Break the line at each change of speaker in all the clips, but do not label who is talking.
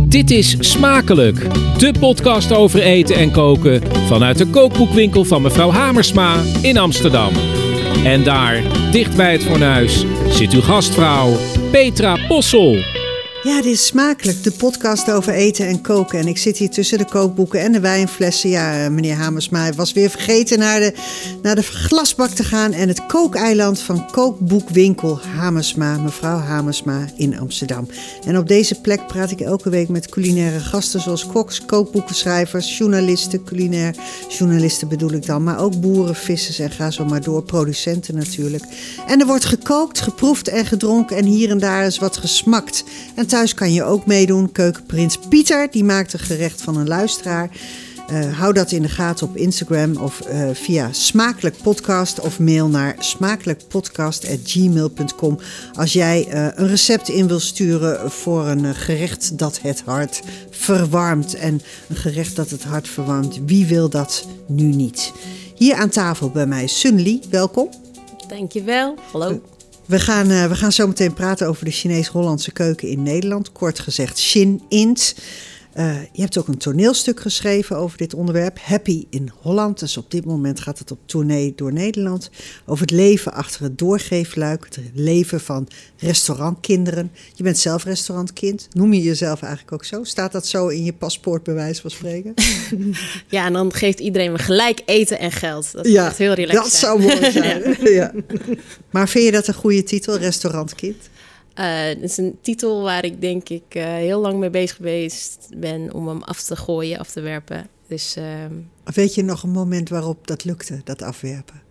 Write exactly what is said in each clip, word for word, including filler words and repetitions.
Dit is Smakelijk, de podcast over eten en koken vanuit de kookboekwinkel van mevrouw Hamersma in Amsterdam. En daar, dicht bij het fornuis, zit uw gastvrouw Petra Possel.
Ja, dit is Smakelijk, de podcast over eten en koken. En ik zit hier tussen de kookboeken en de wijnflessen. Ja, meneer Hamersma was weer vergeten naar de, naar de glasbak te gaan. En het kookeiland van kookboekwinkel Hamersma, mevrouw Hamersma in Amsterdam. En op deze plek praat ik elke week met culinaire gasten zoals koks, kookboekenschrijvers, journalisten, culinair journalisten bedoel ik dan. Maar ook boeren, vissers en ga zo maar door, producenten natuurlijk. En er wordt gekookt, geproefd en gedronken en hier en daar is wat gesmakt. En thuis kan je ook meedoen. Keukenprins Pieter, die maakt een gerecht van een luisteraar. Uh, hou dat in de gaten op Instagram of uh, via Smakelijk Podcast of mail naar smakelijkpodcast at gmail punt com als jij uh, een recept in wil sturen voor een uh, gerecht dat het hart verwarmt. En een gerecht dat het hart verwarmt, wie wil dat nu niet? Hier aan tafel bij mij Sun Lee, welkom.
Dankjewel, hallo. Uh,
We gaan, uh, we gaan zo meteen praten over de Chinees-Hollandse keuken in Nederland. Kort gezegd Chin Int. Uh, je hebt ook een toneelstuk geschreven over dit onderwerp. Happy in Holland. Dus op dit moment gaat het op tournee door Nederland. Over het leven achter het doorgeefluik. Het leven van restaurantkinderen. Je bent zelf restaurantkind. Noem je jezelf eigenlijk ook zo? Staat dat zo in je paspoort bij wijze van spreken?
Ja, en dan geeft iedereen me gelijk eten en geld. Dat is
ja,
echt heel relaxed.
Dat zou mooi zijn. ja. Ja. Maar vind je dat een goede titel, restaurantkind?
Uh, het is een titel waar ik denk ik uh, heel lang mee bezig geweest ben om hem af te gooien, af te werpen. Dus, uh,
Weet je nog een moment waarop dat lukte, dat afwerpen?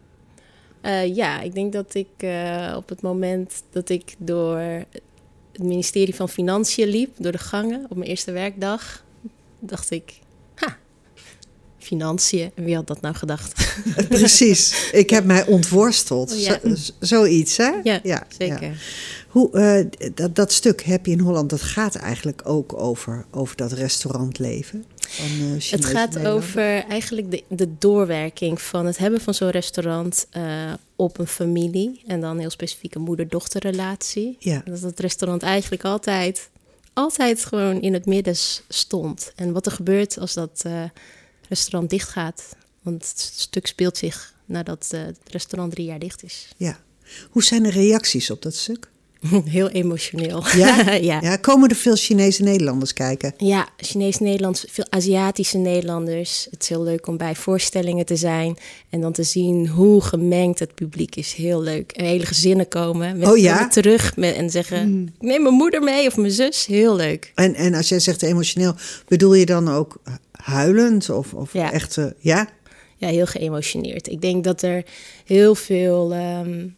Uh, ja, ik denk dat ik uh, op het moment dat ik door het ministerie van Financiën liep, door de gangen op mijn eerste werkdag, dacht ik, ha, financiën, wie had dat nou gedacht?
Precies, ik heb mij ontworsteld.
Ja.
Z- zoiets, hè?
Ja, ja zeker. Ja.
Hoe, uh, dat, dat stuk Happy in Holland, dat gaat eigenlijk ook over, over dat restaurantleven van uh, Chinezen.
Het gaat
Nederland.
over eigenlijk de, de doorwerking van het hebben van zo'n restaurant uh, op een familie. En dan heel specifiek een moeder-dochterrelatie.
Ja.
Dat het restaurant eigenlijk altijd, altijd gewoon in het midden stond. En wat er gebeurt als dat uh, restaurant dicht gaat. Want het stuk speelt zich nadat uh, het restaurant drie jaar dicht is.
Ja. Hoe zijn de reacties op dat stuk?
Heel emotioneel.
Ja?
ja.
ja? Komen er veel Chinese Nederlanders kijken?
Ja, Chinees-Nederlands, veel Aziatische Nederlanders. Het is heel leuk om bij voorstellingen te zijn en dan te zien hoe gemengd het publiek is. Heel leuk. En hele gezinnen komen. Met,
oh ja?
komen terug met, en zeggen, mm. ik neem mijn moeder mee of mijn zus. Heel leuk.
En, en als jij zegt emotioneel, bedoel je dan ook huilend of, of
ja.
echt, uh, ja?
Ja, heel geëmotioneerd. Ik denk dat er heel veel um,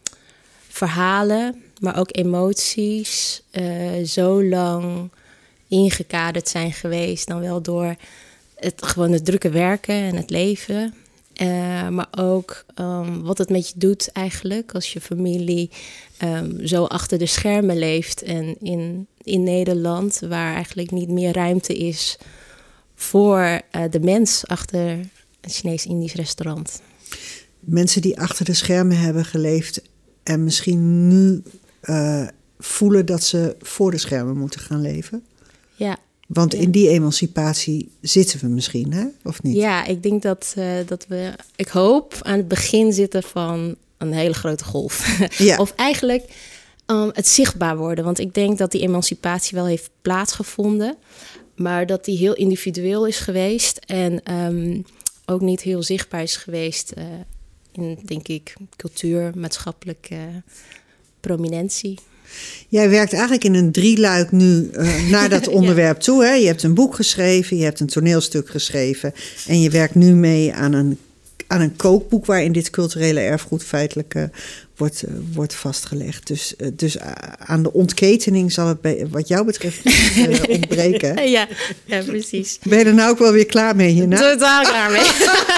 verhalen, maar ook emoties uh, zo lang ingekaderd zijn geweest. Dan wel door het, gewoon het drukke werken en het leven. Uh, maar ook um, wat het met je doet eigenlijk als je familie um, zo achter de schermen leeft. En in, in Nederland, waar eigenlijk niet meer ruimte is voor uh, de mens achter een Chinees-Indisch restaurant.
Mensen die achter de schermen hebben geleefd en misschien nu uh, voelen dat ze voor de schermen moeten gaan leven.
Ja.
Want
ja.
in die emancipatie zitten we misschien, hè? Of niet?
Ja, ik denk dat, uh, dat we, ik hoop, aan het begin zitten van een hele grote golf.
Ja.
Of eigenlijk um, het zichtbaar worden. Want ik denk dat die emancipatie wel heeft plaatsgevonden, maar dat die heel individueel is geweest en um, ook niet heel zichtbaar is geweest uh, in, denk ik, cultuur, maatschappelijke uh, prominentie.
Jij werkt eigenlijk in een drieluik nu uh, naar dat onderwerp ja. toe. Hè? Je hebt een boek geschreven, je hebt een toneelstuk geschreven en je werkt nu mee aan een, aan een kookboek waarin dit culturele erfgoed feitelijk uh, wordt, uh, wordt vastgelegd. Dus, uh, dus uh, aan de ontketening zal het bij, wat jou betreft niet uh, ontbreken.
Ja, ja, precies.
Ben je er nou ook wel weer klaar mee hierna?
Totaal klaar mee.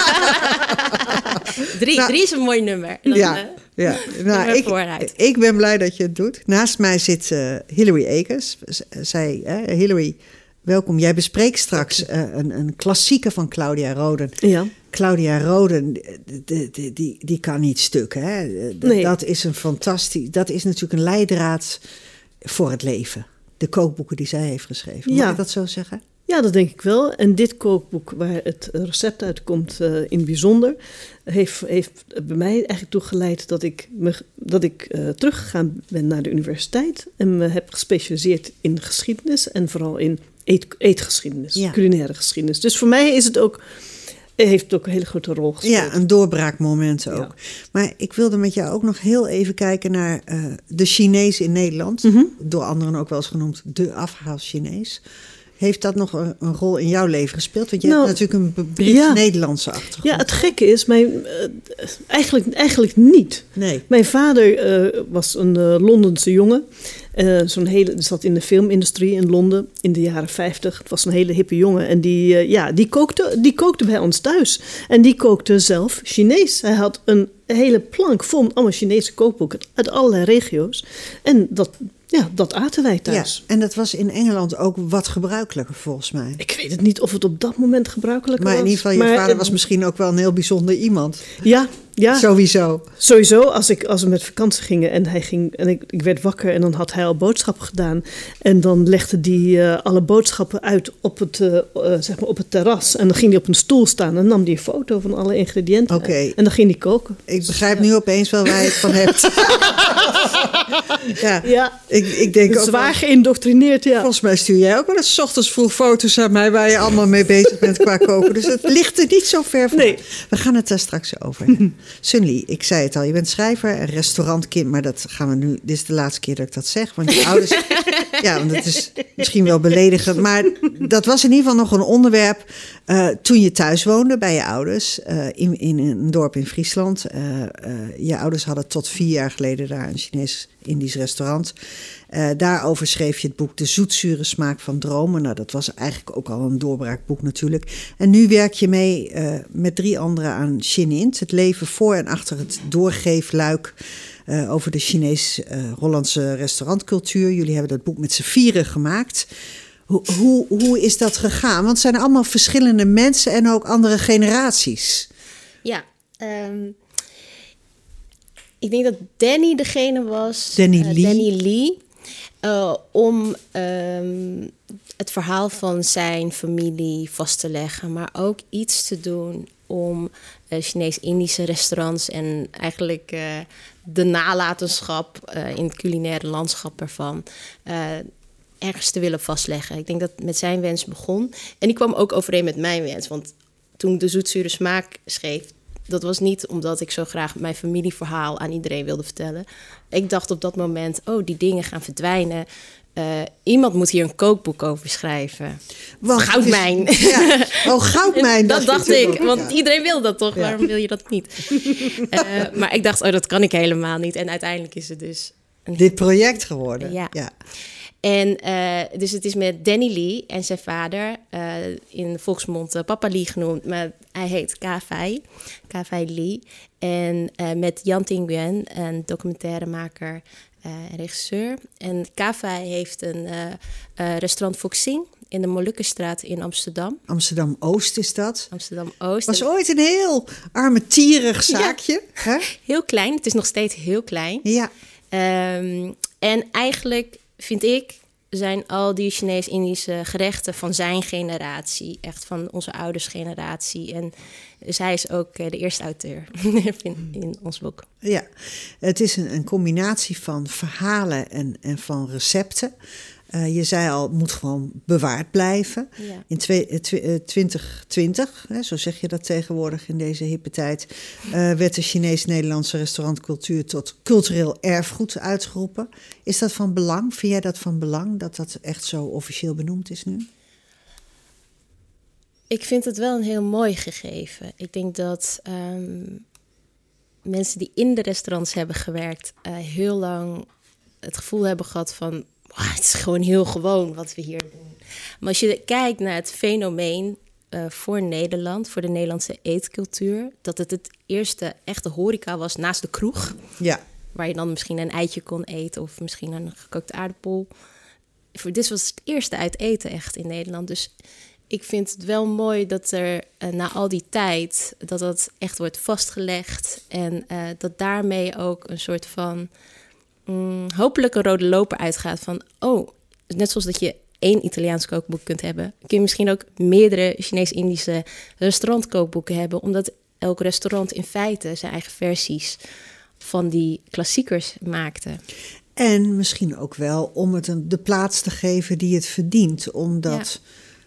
drie, nou, drie is een mooi nummer. Dan,
ja.
Uh,
Ja, nou, ik, ik ben blij dat je het doet. Naast mij zit uh, Hilary Akers. Z- zij, uh, Hilary, welkom. Jij bespreekt straks uh, een, een klassieker van Claudia Roden.
Ja.
Claudia Roden, die, die, die, die kan niet stuk. Hè? D-
nee.
Dat is een fantastisch. Dat is natuurlijk een leidraad voor het leven. de kookboeken die zij heeft geschreven.
Ja.
Mag ik dat zo zeggen?
Ja, dat denk ik wel. En dit kookboek, waar het recept uit komt uh, in het bijzonder, heeft, heeft bij mij eigenlijk toe geleid dat ik, me, dat ik uh, teruggegaan ben naar de universiteit en me heb gespecialiseerd in geschiedenis en vooral in eet, eetgeschiedenis, ja. culinaire geschiedenis. Dus voor mij is het ook, heeft het ook een hele grote rol gespeeld.
Ja, een doorbraakmoment ook. Ja. Maar ik wilde met jou ook nog heel even kijken naar uh, de Chinees in Nederland. Mm-hmm. Door anderen ook wel eens genoemd de afhaal-Chinees. Heeft dat nog een, een rol in jouw leven gespeeld? Want je nou, hebt natuurlijk een Brits-Nederlandse ja. achtergrond.
Ja, het gekke is, mijn, uh, eigenlijk, eigenlijk niet.
Nee.
Mijn vader uh, was een uh, Londense jongen. Uh, zo'n hele, die zat in de filmindustrie in Londen in de jaren vijftig. Het was een hele hippe jongen. En die, uh, ja, die, kookte, die kookte bij ons thuis. En die kookte zelf Chinees. Hij had een hele plank vol met allemaal Chinese kookboeken uit allerlei regio's. En dat... Ja, dat aten wij thuis.
Ja, en dat was in Engeland ook wat gebruikelijker volgens mij.
Ik weet het niet of het op dat moment gebruikelijker was.
Maar in ieder geval, je maar, vader was misschien ook wel een heel bijzonder iemand.
Ja, ja.
Sowieso.
Sowieso, als, ik, als we met vakantie gingen en, hij ging, en ik, ik werd wakker en dan had hij al boodschappen gedaan. En dan legde hij uh, alle boodschappen uit op het, uh, uh, zeg maar op het terras. En dan ging hij op een stoel staan en nam hij een foto van alle ingrediënten.
Oké. Okay.
En dan ging hij koken.
Ik begrijp nu opeens wel waar je het van hebt. ja.
ja.
Ik, ik denk ook
zwaar
wel,
geïndoctrineerd, ja.
Volgens mij stuur jij ook wel eens 's ochtends vroeg foto's aan mij waar je allemaal mee bezig bent qua koken. Dus het ligt er niet zo ver van.
Nee.
We gaan het daar straks over hebben. Sunli, ik zei het al, je bent schrijver en restaurantkind, maar dat gaan we nu. Dit is de laatste keer dat ik dat zeg, want je ouders. Ja, want dat is misschien wel beledigend, maar dat was in ieder geval nog een onderwerp uh, toen je thuis woonde bij je ouders uh, in, in een dorp in Friesland. Uh, uh, je ouders hadden tot vier jaar geleden daar een Chinees-Indisch restaurant. Uh, daarover schreef je het boek De zoetzure smaak van dromen. Nou, dat was eigenlijk ook al een doorbraakboek natuurlijk. En nu werk je mee uh, met drie anderen aan Chin-Int. Het leven voor en achter het doorgeefluik uh, over de Chinees-Hollandse uh, restaurantcultuur. Jullie hebben dat boek met z'n vieren gemaakt. Hoe, hoe, hoe is dat gegaan? Want het zijn allemaal verschillende mensen en ook andere generaties.
Ja, um, ik denk dat Danny degene was.
Danny
uh,
Lee.
Danny Lee. Uh, om um, het verhaal van zijn familie vast te leggen, maar ook iets te doen om uh, Chinees-Indische restaurants en eigenlijk uh, de nalatenschap uh, in het culinaire landschap ervan uh, ergens te willen vastleggen. Ik denk dat het met zijn wens begon. En die kwam ook overeen met mijn wens, want toen ik De zoetzure smaak schreef, dat was niet omdat ik zo graag mijn familieverhaal aan iedereen wilde vertellen. Ik dacht op dat moment, oh, die dingen gaan verdwijnen. Uh, iemand moet hier een kookboek over schrijven.
Want
goudmijn.
Is, ja. Oh, goudmijn.
dat dacht ik, ook, want
ja.
iedereen wil dat toch? Ja. Waarom wil je dat niet? uh, maar ik dacht, oh, dat kan ik helemaal niet. En uiteindelijk is het dus
een dit project geworden.
Ja.
ja.
En uh, dus het is met Danny Lee en zijn vader, uh, in de volksmond uh, Papa Lee genoemd, maar hij heet Ka-Fai, Ka-Fai Lee. En uh, met Jan Ting-Nguyen, een documentairemaker uh, en regisseur. En Ka-Fai heeft een uh, uh, restaurant Foxing in de Molukkenstraat in Amsterdam.
Amsterdam-Oost is dat.
Amsterdam-Oost.
Was ooit een heel armetierig zaakje. Ja. Hè?
Heel klein, het is nog steeds heel klein.
Ja.
Um, en eigenlijk vind ik, zijn al die Chinees-Indische gerechten van zijn generatie, echt van onze ouders generatie. En dus hij is ook de eerste auteur in, in ons boek.
Ja, het is een, een combinatie van verhalen en, en van recepten. Uh, je zei al, het moet gewoon bewaard blijven.
Ja.
In twe- tw- uh, twintig twintig, hè, zo zeg je dat tegenwoordig in deze hippe tijd, uh, werd de Chinees-Nederlandse restaurantcultuur tot cultureel erfgoed uitgeroepen. Is dat van belang? Vind jij dat van belang, dat dat echt zo officieel benoemd is nu?
Ik vind het wel een heel mooi gegeven. Ik denk dat um, mensen die in de restaurants hebben gewerkt, uh, heel lang het gevoel hebben gehad van, wow, het is gewoon heel gewoon wat we hier doen. Maar als je kijkt naar het fenomeen uh, voor Nederland, voor de Nederlandse eetcultuur, dat het het eerste echte horeca was naast de kroeg.
Ja.
Waar je dan misschien een eitje kon eten of misschien een gekookte aardappel. Dit was het eerste uit eten echt in Nederland. Dus ik vind het wel mooi dat er uh, na al die tijd, dat dat echt wordt vastgelegd. En uh, dat daarmee ook een soort van, um, hopelijk een rode loper uitgaat van, oh, net zoals dat je één Italiaans kookboek kunt hebben, kun je misschien ook meerdere Chinees-Indische restaurantkookboeken hebben, omdat elk restaurant in feite zijn eigen versies van die klassiekers maakte.
En misschien ook wel om het een, de plaats te geven die het verdient. Omdat,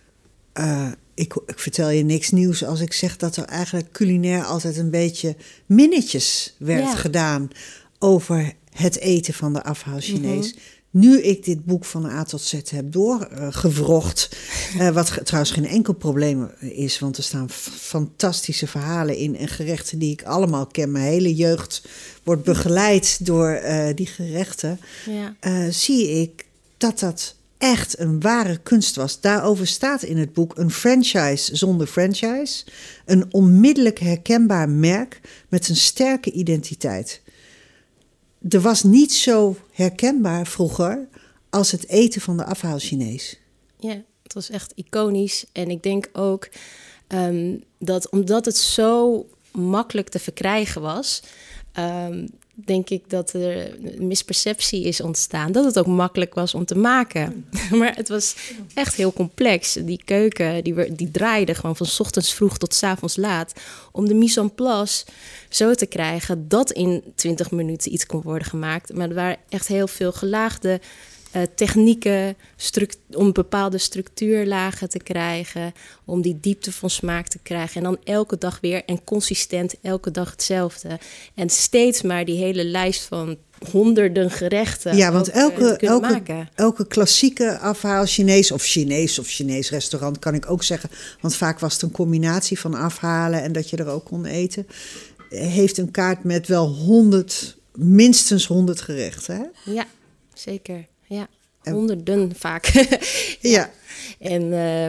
ja. uh, ik, ik vertel je niks nieuws als ik zeg dat er eigenlijk culinair altijd een beetje minnetjes werd ja. gedaan over het eten van de afhaal-Chinees. Mm-hmm. Nu ik dit boek van A tot Z heb doorgewrocht, uh, uh, wat trouwens geen enkel probleem is, want er staan f- fantastische verhalen in en gerechten die ik allemaal ken. Mijn hele jeugd wordt begeleid door uh, die gerechten. Ja. Uh, zie ik dat dat echt een ware kunst was. Daarover staat in het boek een franchise zonder franchise. Een onmiddellijk herkenbaar merk met een sterke identiteit. Er was niet zo herkenbaar vroeger als het eten van de afhaal-Chinees.
Ja, het was echt iconisch. En ik denk ook um, dat omdat het zo makkelijk te verkrijgen was, Um, denk ik dat er een misperceptie is ontstaan. Dat het ook makkelijk was om te maken. Maar het was echt heel complex. Die keuken, die, die draaide gewoon van 's ochtends vroeg tot 's avonds laat. Om de mise en place zo te krijgen dat in twintig minuten iets kon worden gemaakt. Maar er waren echt heel veel gelaagde uh, technieken struct- om bepaalde structuurlagen te krijgen. Om die diepte van smaak te krijgen. En dan elke dag weer en consistent elke dag hetzelfde. En steeds maar die hele lijst van honderden gerechten.
Ja, want
ook,
elke,
uh,
elke,
maken.
elke klassieke afhaal Chinees of Chinees of Chinees restaurant kan ik ook zeggen. Want vaak was het een combinatie van afhalen en dat je er ook kon eten. Heeft een kaart met wel honderd, minstens honderd gerechten. Hè?
Ja, zeker. Ja, honderden vaak. ja. ja. En, uh,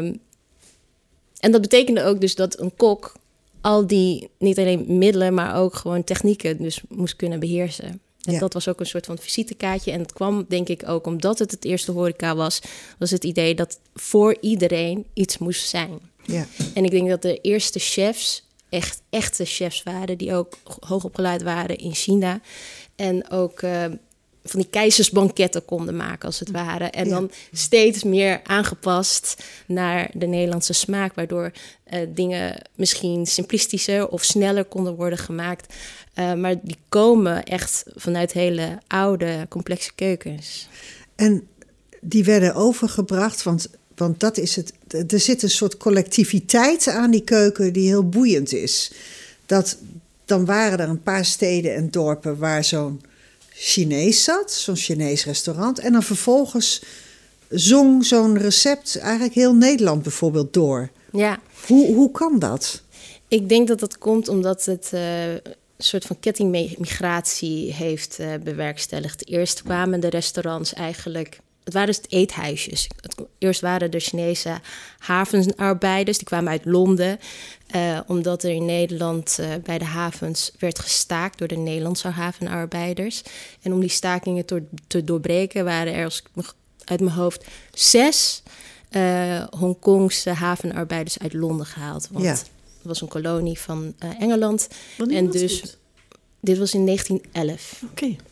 en dat betekende ook dus dat een kok al die, niet alleen middelen, maar ook gewoon technieken dus moest kunnen beheersen. En ja. dat was ook een soort van visitekaartje. En het kwam denk ik ook omdat het het eerste horeca was, was het idee dat voor iedereen iets moest zijn.
Ja.
En ik denk dat de eerste chefs echt echte chefs waren, die ook hoogopgeleid waren in China. En ook uh, van die keizersbanketten konden maken, als het ware. En ja. dan steeds meer aangepast naar de Nederlandse smaak, waardoor uh, dingen misschien simplistischer of sneller konden worden gemaakt. Uh, maar die komen echt vanuit hele oude, complexe keukens.
En die werden overgebracht, want, want dat is het. Er zit een soort collectiviteit aan die keuken die heel boeiend is. Dat, dan waren er een paar steden en dorpen waar zo'n Chinees zat, zo'n Chinees restaurant. En dan vervolgens zong zo'n recept eigenlijk heel Nederland bijvoorbeeld door.
Ja.
Hoe, hoe kan dat?
Ik denk dat dat komt omdat het uh, een soort van kettingmigratie heeft uh, bewerkstelligd. Eerst kwamen de restaurants eigenlijk, het waren dus het eethuisjes. Het, eerst waren de Chinese havenarbeiders, die kwamen uit Londen. Uh, omdat er in Nederland uh, bij de havens werd gestaakt door de Nederlandse havenarbeiders. En om die stakingen te, te doorbreken waren er, als ik uit mijn hoofd, zes uh, Hongkongse havenarbeiders uit Londen gehaald. Want
ja.
het was een kolonie van uh, Engeland.
Wanneer
en
was
dus
dit?
Dit was in negentien elf.
Oké. Okay.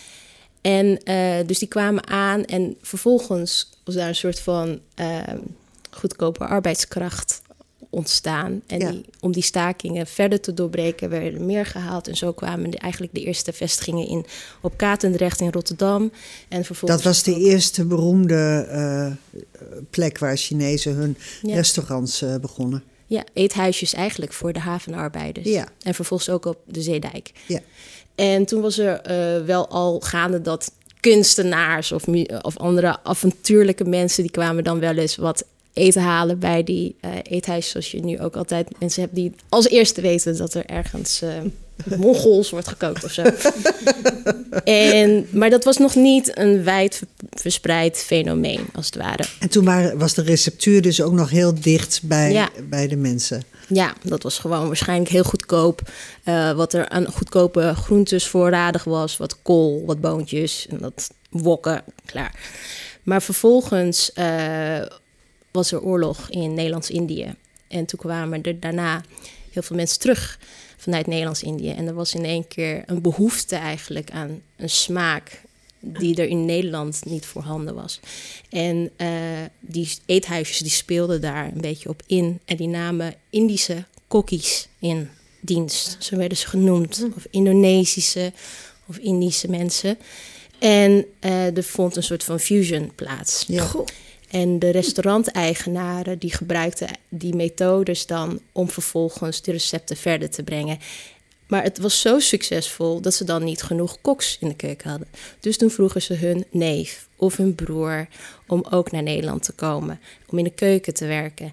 En uh, dus die kwamen aan en vervolgens was daar een soort van uh, goedkope arbeidskracht ontstaan. En
ja.
die, om die stakingen verder te doorbreken werden meer gehaald. En zo kwamen de, eigenlijk de eerste vestigingen in op Katendrecht in Rotterdam. En vervolgens
dat was de eerste beroemde uh, plek waar Chinezen hun
ja.
restaurants uh, begonnen.
Ja, eethuisjes eigenlijk voor de havenarbeiders.
Ja.
En vervolgens ook op de Zeedijk.
Ja.
En toen was er uh, wel al gaande dat kunstenaars of, of andere avontuurlijke mensen, die kwamen dan wel eens wat eten halen bij die uh, eethuis, zoals je nu ook altijd mensen hebt die als eerste weten dat er ergens uh, Mongols wordt gekookt of zo. en, maar dat was nog niet een wijd verspreid fenomeen, als het ware.
En toen waren, was de receptuur dus ook nog heel dicht bij,
ja.
bij de mensen.
Ja, dat was gewoon waarschijnlijk heel goedkoop. Uh, wat er aan goedkope groentes voorradig was. Wat kool, wat boontjes en dat wokken, klaar. Maar vervolgens uh, was er oorlog in Nederlands-Indië. En toen kwamen er daarna heel veel mensen terug vanuit Nederlands-Indië. En er was in één keer een behoefte eigenlijk aan een smaak die er in Nederland niet voorhanden was. En uh, die eethuisjes die speelden daar een beetje op in. En die namen Indische kokkies in dienst. Zo werden ze genoemd. Of Indonesische of Indische mensen. En uh, er vond een soort van fusion plaats.
Ja. Goh.
En de restauranteigenaren die gebruikten die methodes dan om vervolgens de recepten verder te brengen. Maar het was zo succesvol dat ze dan niet genoeg koks in de keuken hadden. Dus toen vroegen ze hun neef of hun broer om ook naar Nederland te komen. Om in de keuken te werken.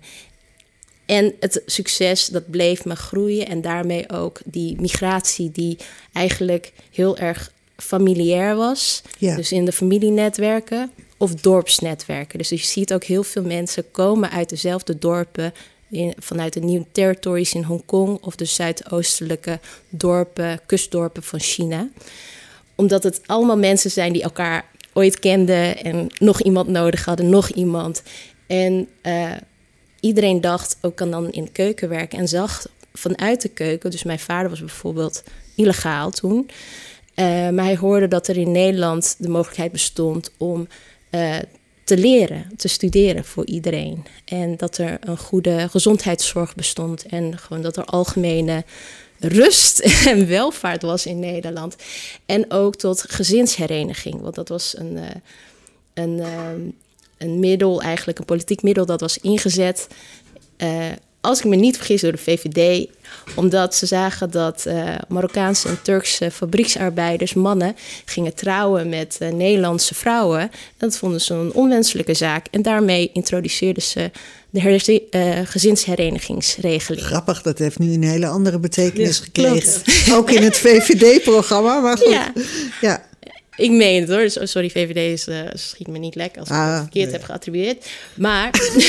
En het succes, dat bleef maar groeien. En daarmee ook die migratie die eigenlijk heel erg familiair was. Ja. Dus in de familienetwerken of dorpsnetwerken. Dus je ziet ook heel veel mensen komen uit dezelfde dorpen. In, vanuit de New Territories in Hongkong of de zuidoostelijke dorpen, kustdorpen van China. Omdat het allemaal mensen zijn die elkaar ooit kenden en nog iemand nodig hadden, nog iemand. En uh, iedereen dacht, ook kan dan in de keuken werken en zag vanuit de keuken. Dus mijn vader was bijvoorbeeld illegaal toen. Uh, maar hij hoorde dat er in Nederland de mogelijkheid bestond om Uh, te leren, te studeren voor iedereen. En dat er een goede gezondheidszorg bestond. En gewoon dat er algemene rust en welvaart was in Nederland. En ook tot gezinshereniging. Want dat was een, een, een middel, eigenlijk een politiek middel dat was ingezet. Uh, als ik me niet vergis door de V V D, omdat ze zagen dat uh, Marokkaanse en Turkse fabrieksarbeiders, mannen, gingen trouwen met uh, Nederlandse vrouwen. Dat vonden ze een onwenselijke zaak. En daarmee introduceerden ze de her- uh, gezinsherenigingsregeling.
Grappig, dat heeft nu een hele andere betekenis ja, gekregen. Klopt. Ook in het V V D-programma, maar goed. Ja. ja.
Ik meen het hoor. Sorry, V V D is, uh, schiet me niet lekker als ik ah, het verkeerd nee. heb geattribueerd. Maar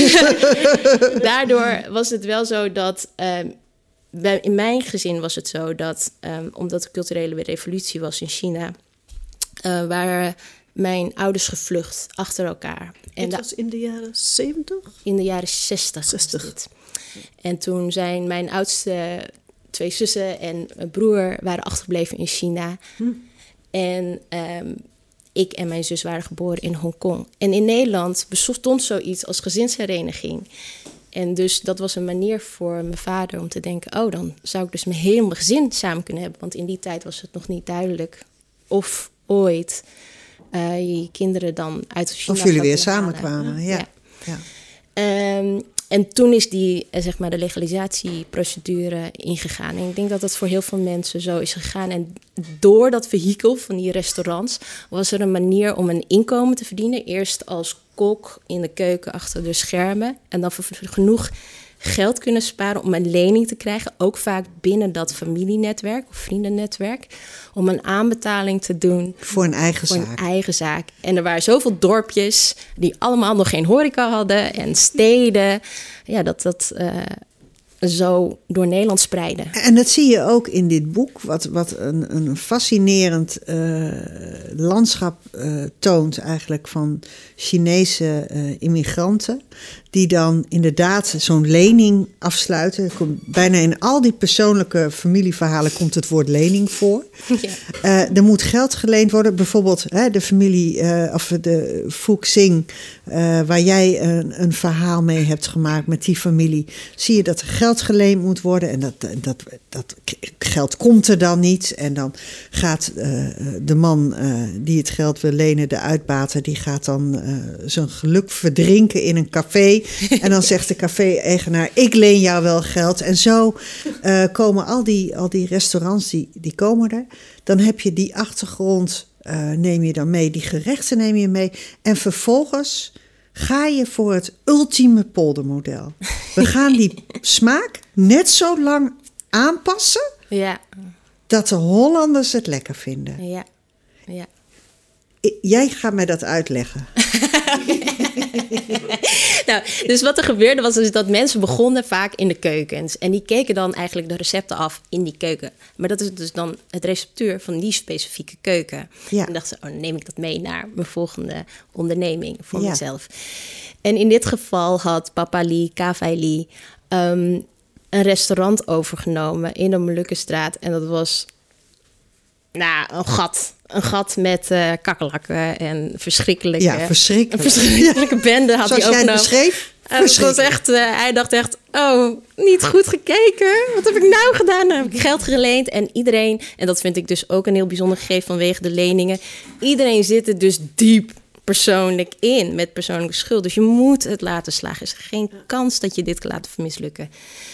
daardoor was het wel zo dat Um, bij, in mijn gezin was het zo dat, um, omdat de culturele revolutie was in China, Uh, waren mijn ouders gevlucht achter elkaar.
En dat was in de jaren zeventig?
In de jaren zestig. zestig. En toen zijn mijn oudste twee zussen en mijn broer waren achtergebleven in China. Hm. En um, ik en mijn zus waren geboren in Hongkong. En in Nederland bestond zoiets als gezinshereniging. En dus dat was een manier voor mijn vader om te denken, oh, dan zou ik dus mijn hele gezin samen kunnen hebben. Want in die tijd was het nog niet duidelijk of ooit uh, je kinderen dan uit China...
Of jullie weer samenkwamen, ja. ja.
ja. Um, en toen is die, zeg maar, de legalisatieprocedure ingegaan. En ik denk dat dat voor heel veel mensen zo is gegaan. En door dat vehikel van die restaurants was er een manier om een inkomen te verdienen. Eerst als kok in de keuken achter de schermen. En dan voor genoeg geld kunnen sparen om een lening te krijgen. Ook vaak binnen dat familienetwerk of vriendennetwerk. Om een aanbetaling te doen.
Voor een eigen
voor
zaak.
Een eigen zaak. En er waren zoveel dorpjes die allemaal nog geen horeca hadden. En steden. Ja, dat dat uh, zo door Nederland spreiden.
En dat zie je ook in dit boek. Wat, wat een, een fascinerend uh, landschap uh, toont eigenlijk van Chinese uh, immigranten. Die dan inderdaad zo'n lening afsluiten. Komt bijna in al die persoonlijke familieverhalen komt het woord lening voor. Ja. Uh, er moet geld geleend worden. Bijvoorbeeld hè, de familie, uh, of de Fook Sing, uh, waar jij een, een verhaal mee hebt gemaakt met die familie. Zie je dat er geld geleend moet worden. En dat, dat, dat geld komt er dan niet. En dan gaat uh, de man uh, die het geld wil lenen, de uitbater, die gaat dan uh, zijn geluk verdrinken in een café. En dan zegt de café-eigenaar, ik leen jou wel geld. En zo uh, komen al die, al die restaurants, die, die komen er. Dan heb je die achtergrond, uh, neem je dan mee. Die gerechten neem je mee. En vervolgens ga je voor het ultieme poldermodel. We gaan die smaak net zo lang aanpassen,
ja,
dat de Hollanders het lekker vinden.
Ja, ja.
I- jij gaat mij dat uitleggen.
Nou, dus wat er gebeurde was dus dat mensen begonnen vaak in de keukens. En die keken dan eigenlijk de recepten af in die keuken. Maar dat is dus dan het receptuur van die specifieke keuken. Ja. En dachten ze, oh, neem ik dat mee naar mijn volgende onderneming voor ja. mezelf. En in dit geval had Papa Lee, Kavai Lee, um, een restaurant overgenomen in de Molukkenstraat. En dat was Nou, een gat. Een gat met uh, kakkerlakken en verschrikkelijke...
Ja, verschrikkelijk.
Een verschrikkelijke ja. bende had
Zoals
hij opgenomen.
Zoals jij het beschreef?
En het was echt, uh, hij dacht echt, oh, niet goed gekeken. Wat heb ik nou gedaan? Dan heb ik geld geleend. En iedereen, en dat vind ik dus ook een heel bijzonder gegeven vanwege de leningen. Iedereen zit er dus diep persoonlijk in met persoonlijke schuld. Dus je moet het laten slagen. Er is geen kans dat je dit kan laten mislukken.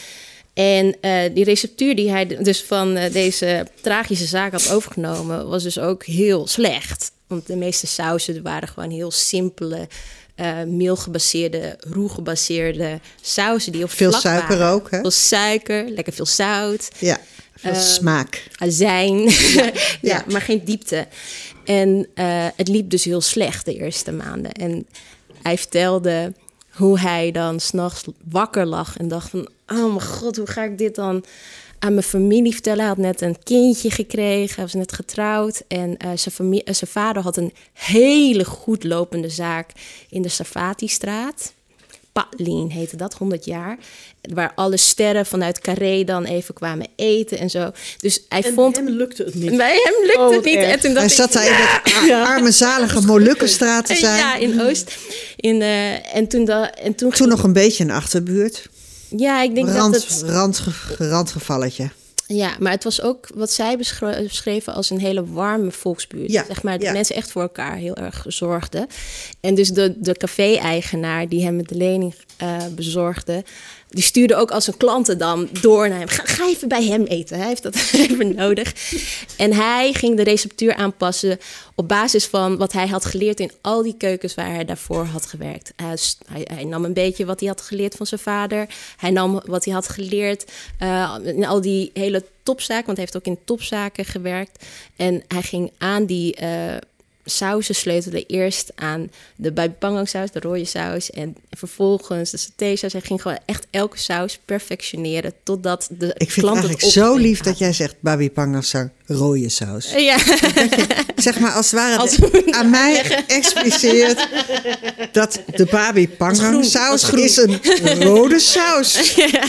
En uh, die receptuur die hij dus van uh, deze tragische zaak had overgenomen, was dus ook heel slecht. Want de meeste sauzen waren gewoon heel simpele, uh, meelgebaseerde, roergebaseerde sauzen die op
veel
vlak
suiker
waren.
ook, hè?
Veel suiker, lekker veel zout.
Ja, veel uh, smaak.
Azijn, ja, ja,
ja,
maar geen diepte. En uh, het liep dus heel slecht de eerste maanden. En hij vertelde hoe hij dan 's nachts wakker lag en dacht van, oh mijn god, hoe ga ik dit dan aan mijn familie vertellen? Hij had net een kindje gekregen, hij was net getrouwd. En uh, zijn, familie, uh, zijn vader had een hele goed lopende zaak in de Sarfati-straat. Patlien heette dat, honderd jaar. Waar alle sterren vanuit Carré dan even kwamen eten en zo. Dus hij
en
vond...
hem lukte het niet.
Bij hem lukte
oh,
het niet. En toen dacht
hij
ik,
zat daar ja. in de arme zalige Molukkenstraat te zijn.
Ja, in Oost. In, uh, en toen, da, en toen,
toen ging... nog een beetje een achterbuurt.
Ja, ik denk
Rand,
dat het...
Rand, randgevalletje.
Ja, maar het was ook wat zij beschreven als een hele warme volksbuurt.
Ja,
zeg maar, dat
ja.
mensen echt voor elkaar heel erg zorgden. En dus de, de café-eigenaar die hem met de lening uh, bezorgde, die stuurde ook als zijn klanten dan door naar hem. Ga, ga even bij hem eten, hij heeft dat even nodig. En hij ging de receptuur aanpassen op basis van wat hij had geleerd in al die keukens waar hij daarvoor had gewerkt. Hij, hij, hij nam een beetje wat hij had geleerd van zijn vader. Hij nam wat hij had geleerd uh, in al die hele topzaken, want hij heeft ook in topzaken gewerkt. En hij ging aan die uh, sauzen sleutelen. Eerst aan de babi panggang saus, de rode saus. En vervolgens de saté-saus. Hij ging gewoon echt elke saus perfectioneren totdat de
Ik vind
klant
het eigenlijk zo lief had. Dat jij zegt babi panggang saus, rode saus.
Ja.
Je, zeg maar als het ware als aan mij expliceert dat de babi panggang saus is een rode saus.
Ja.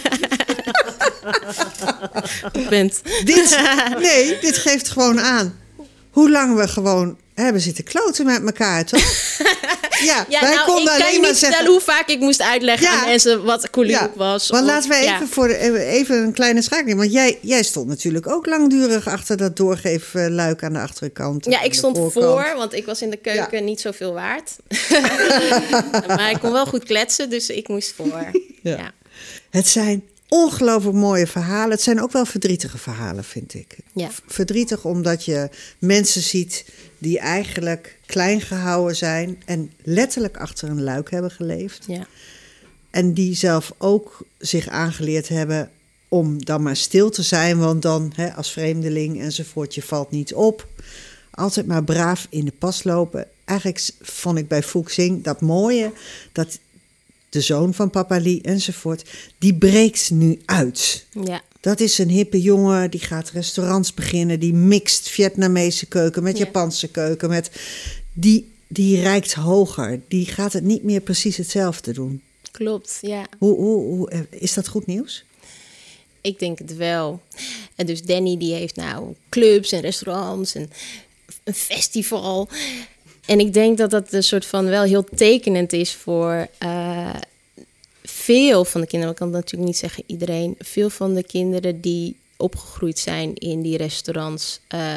Bent.
Dit, nee, dit geeft gewoon aan hoe lang we gewoon hebben zitten kloten met elkaar, toch? Ja,
ja
wij
nou,
konden
ik kan
alleen
je
maar
niet
zeggen
vertellen hoe vaak ik moest uitleggen
ja,
aan mensen wat Koolhoek
ja,
was.
Want
of,
laten we even,
ja.
voor de, even een kleine schakeling. Want jij, jij stond natuurlijk ook langdurig achter dat doorgeefluik aan de achterkant.
Ja, ik stond
voorkant.
voor, want ik was in de keuken ja. niet zoveel waard. Maar ik kon wel goed kletsen, dus ik moest voor. Ja. Ja.
Het zijn ongelooflijk mooie verhalen. Het zijn ook wel verdrietige verhalen, vind ik.
Ja.
Verdrietig omdat je mensen ziet die eigenlijk klein gehouden zijn en letterlijk achter een luik hebben geleefd.
Ja.
En die zelf ook zich aangeleerd hebben om dan maar stil te zijn, want dan hè, als vreemdeling enzovoort, je valt niet op. Altijd maar braaf in de pas lopen. Eigenlijk vond ik bij Phuc Sinh dat mooie, dat de zoon van Papa Lee enzovoort, die breekt nu uit.
Ja.
Dat is een hippe jongen, die gaat restaurants beginnen, die mixt Vietnamese keuken met
ja.
Japanse keuken. Met, die, die reikt hoger, die gaat het niet meer precies hetzelfde doen.
Klopt, ja.
Hoe, hoe, hoe, is dat goed nieuws?
Ik denk het wel. En dus Danny die heeft nou clubs en restaurants en een festival. En ik denk dat dat een soort van wel heel tekenend is voor uh, veel van de kinderen. Ik kan natuurlijk niet zeggen iedereen. Veel van de kinderen die opgegroeid zijn in die restaurants, uh,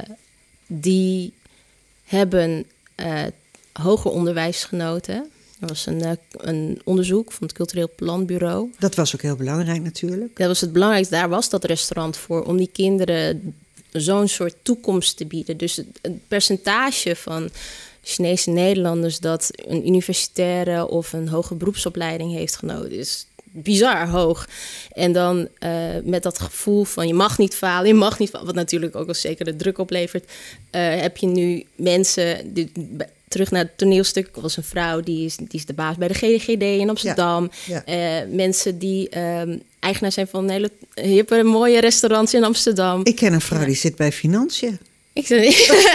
die hebben uh, hoger onderwijs genoten. Er was een, uh, een onderzoek van het Cultureel Planbureau.
Dat was ook heel belangrijk natuurlijk.
Dat was het belangrijkste. Daar was dat restaurant voor, om die kinderen zo'n soort toekomst te bieden. Dus het, het percentage van Chinese Nederlanders dat een universitaire of een hoge beroepsopleiding heeft genoten is bizar hoog. En dan uh, met dat gevoel van je mag niet falen, je mag niet falen, wat natuurlijk ook wel zeker de druk oplevert, uh, heb je nu mensen, die, terug naar het toneelstuk, was een vrouw die is, die is de baas bij de G D G D in Amsterdam. Ja, ja. Uh, mensen die um, eigenaar zijn van hele hippe, mooie restaurants in Amsterdam.
Ik ken een vrouw ja. die zit bij Financiën.
Ik zei,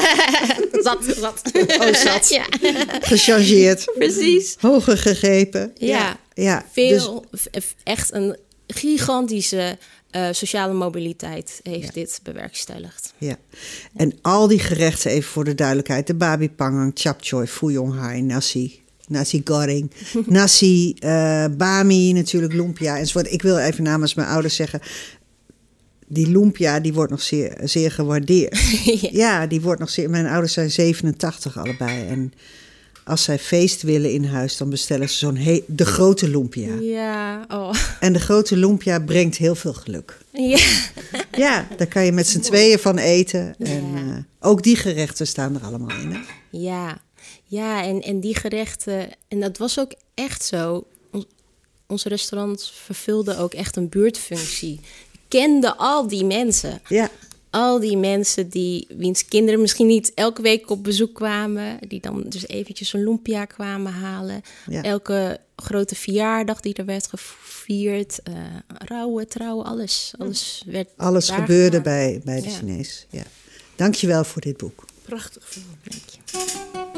zat, zat.
Oh, zat.
Ja.
Gechargeerd.
Precies.
Hoger gegrepen.
Ja,
ja. ja.
Veel, dus echt een gigantische uh, sociale mobiliteit heeft
Ja.
dit bewerkstelligd.
Ja, en al die gerechten, even voor de duidelijkheid. De babi pangang, chap choy, fuyong hai, nasi, nasi goreng, nasi, uh, bami natuurlijk, lumpia enzovoort. Ik wil even namens mijn ouders zeggen, die lumpia die wordt nog zeer, zeer gewaardeerd.
ja.
Ja, die wordt nog zeer... Mijn ouders zijn zevenentachtig allebei en als zij feest willen in huis, dan bestellen ze zo'n he- de grote lumpia.
Ja, oh.
En de grote lumpia brengt heel veel geluk.
Ja.
Ja, daar kan je met z'n tweeën van eten.
Ja.
En uh, ook die gerechten staan er allemaal in. Hè?
Ja, ja en, en die gerechten, en dat was ook echt zo. Ons, ons restaurant vervulde ook echt een buurtfunctie. We kenden al die mensen.
Ja.
Al die mensen die, wiens kinderen misschien niet elke week op bezoek kwamen, die dan dus eventjes een lumpia kwamen halen.
Ja.
Elke grote verjaardag die er werd gevierd, uh, rouwen, trouwen, alles. Alles, werd
Alles
daar
gebeurde
gedaan.
bij, bij de
Ja.
Chinees. Ja. Dank je wel voor dit boek.
Prachtig verhaal.
Dank je.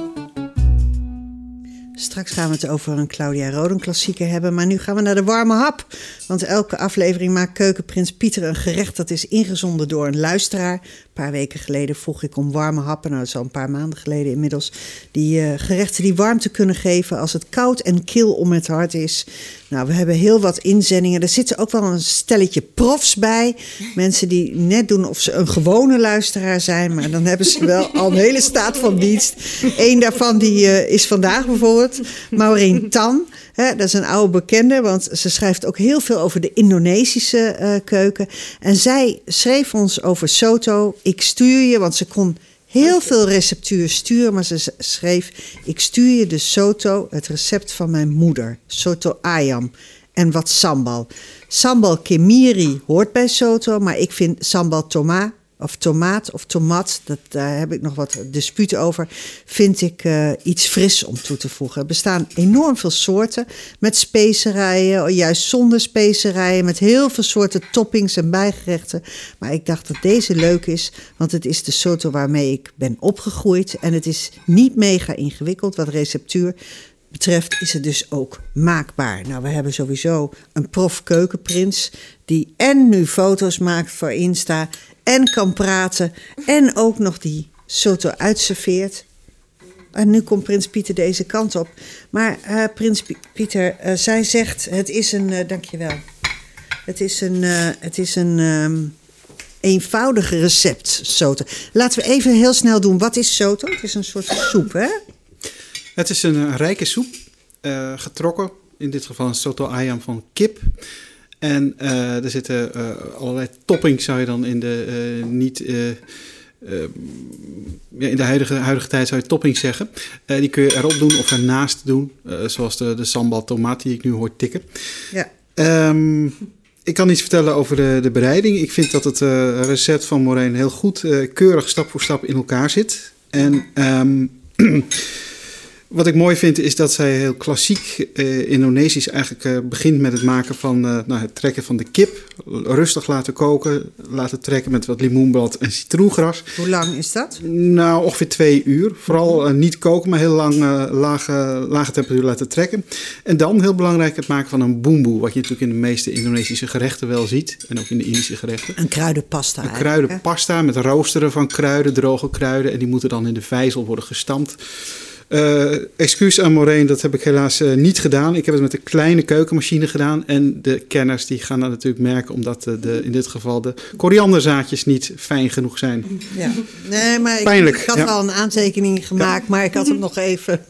Straks gaan we het over een Claudia Roden klassieker hebben. Maar nu gaan we naar de warme hap. Want elke aflevering maakt Keukenprins Pieter een gerecht dat is ingezonden door een luisteraar. Een paar weken geleden vroeg ik om warme happen. Nou, dat is al een paar maanden geleden inmiddels. Die uh, gerechten die warmte kunnen geven als het koud en kil om het hart is. Nou, we hebben heel wat inzendingen. Er zitten ook wel een stelletje profs bij. Mensen die net doen of ze een gewone luisteraar zijn. Maar dan hebben ze wel al een hele staat van dienst. Eén daarvan die, uh, is vandaag bijvoorbeeld Maureen Tan. Hè, dat is een oude bekende, want ze schrijft ook heel veel over de Indonesische uh, keuken. En zij schreef ons over soto. Ik stuur je, want ze kon heel veel receptuur sturen, maar ze schreef: ik stuur je de soto, het recept van mijn moeder. Soto ayam en wat sambal. Sambal kemiri hoort bij soto, maar ik vind sambal toma of tomaat of tomat, dat, daar heb ik nog wat dispuut over, vind ik uh, iets fris om toe te voegen. Er bestaan enorm veel soorten met specerijen, juist zonder specerijen, met heel veel soorten toppings en bijgerechten. Maar ik dacht dat deze leuk is, want het is de soto waarmee ik ben opgegroeid en het is niet mega ingewikkeld wat receptuur betreft, is het dus ook maakbaar. Nou, we hebben sowieso een prof keukenprins die en nu foto's maakt voor Insta en kan praten en ook nog die soto uitserveert. En nu komt prins Pieter deze kant op. Maar uh, prins P- Pieter, uh, zij zegt, het is een, uh, dankjewel, het is een, uh, het is een um, eenvoudig recept, soto. Laten we even heel snel doen, wat is soto? Het is een soort soep, hè?
Het is een, een rijke soep, uh, getrokken, in dit geval een soto ayam van kip. En uh, er zitten uh, allerlei toppings, zou je dan in de uh, niet uh, uh, ja, in de huidige, huidige tijd zou je toppings zeggen. Uh, die kun je erop doen of ernaast doen, uh, zoals de, de sambal tomaat die ik nu hoor tikken.
Ja.
Um, ik kan iets vertellen over de, de bereiding. Ik vind dat het uh, recept van Maureen heel goed, uh, keurig stap voor stap in elkaar zit. En um, wat ik mooi vind is dat zij heel klassiek uh, Indonesisch eigenlijk uh, begint met het maken van uh, nou, het trekken van de kip. Rustig laten koken, laten trekken met wat limoenblad en citroengras.
Hoe lang is dat?
Nou, ongeveer twee uur. Vooral uh, niet koken, maar heel lang uh, lage, lage temperatuur laten trekken. En dan, heel belangrijk, het maken van een boemboe. Wat je natuurlijk in de meeste Indonesische gerechten wel ziet. En ook in de Indische gerechten.
Een kruidenpasta.
Een kruidenpasta met roosteren van kruiden, droge kruiden. En die moeten dan in de vijzel worden gestampt. Uh, excuus aan Maureen, dat heb ik helaas uh, niet gedaan. Ik heb het met een kleine keukenmachine gedaan. En de kenners die gaan dat natuurlijk merken, omdat de, de, in dit geval de korianderzaadjes niet fijn genoeg zijn.
Ja. Nee, maar ik,
Pijnlijk,
ik had
ja.
al een aantekening gemaakt, ja. Maar ik had hem nog even.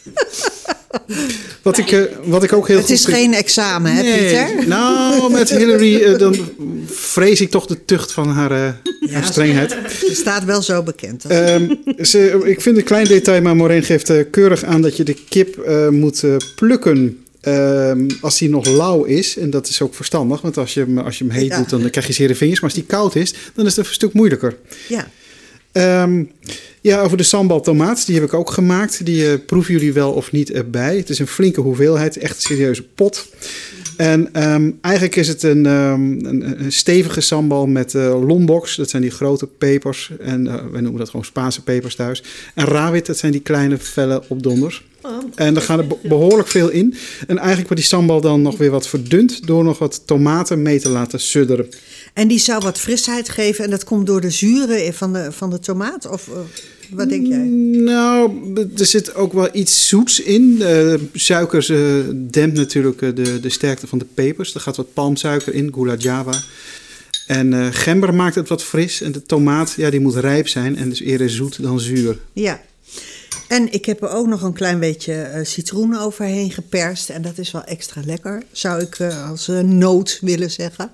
Wat ik, uh, wat ik ook heel
het
goed
is
vind...
geen examen, hè,
nee,
Pieter?
Nou, met Hillary, uh, dan vrees ik toch de tucht van haar, uh,
ja,
haar strengheid.
Ze staat wel zo bekend.
Um, ze, ik vind een klein detail, maar Maureen geeft uh, keurig aan dat je de kip uh, moet uh, plukken um, als die nog lauw is. En dat is ook verstandig, want als je hem, als je hem heet ja. doet, dan krijg je zere vingers. Maar als die koud is, dan is het een stuk moeilijker.
Ja.
Um, ja, over de sambal tomaat, die heb ik ook gemaakt. Die uh, proeven jullie wel of niet erbij. Het is een flinke hoeveelheid, echt een serieuze pot. En um, eigenlijk is het een, um, een, een stevige sambal met uh, lomboks. Dat zijn die grote pepers. En uh, wij noemen dat gewoon Spaanse pepers thuis. En rawit, dat zijn die kleine felle opdonders.
Oh,
En daar gaat er be- behoorlijk veel in. En eigenlijk wordt die sambal dan nog weer wat verdund door nog wat tomaten mee te laten sudderen.
En die zou wat frisheid geven en dat komt door de zuren van de, van de tomaat? Of uh, wat denk jij?
Nou, er zit ook wel iets zoets in. Uh, suikers uh, dempt natuurlijk uh, de, de sterkte van de pepers. Er gaat wat palmsuiker in, gula java. En uh, gember maakt het wat fris. En de tomaat, ja, die moet rijp zijn en dus eerder zoet dan zuur.
Ja. En ik heb er ook nog een klein beetje uh, citroen overheen geperst. En dat is wel extra lekker, zou ik uh, als uh, noot willen zeggen.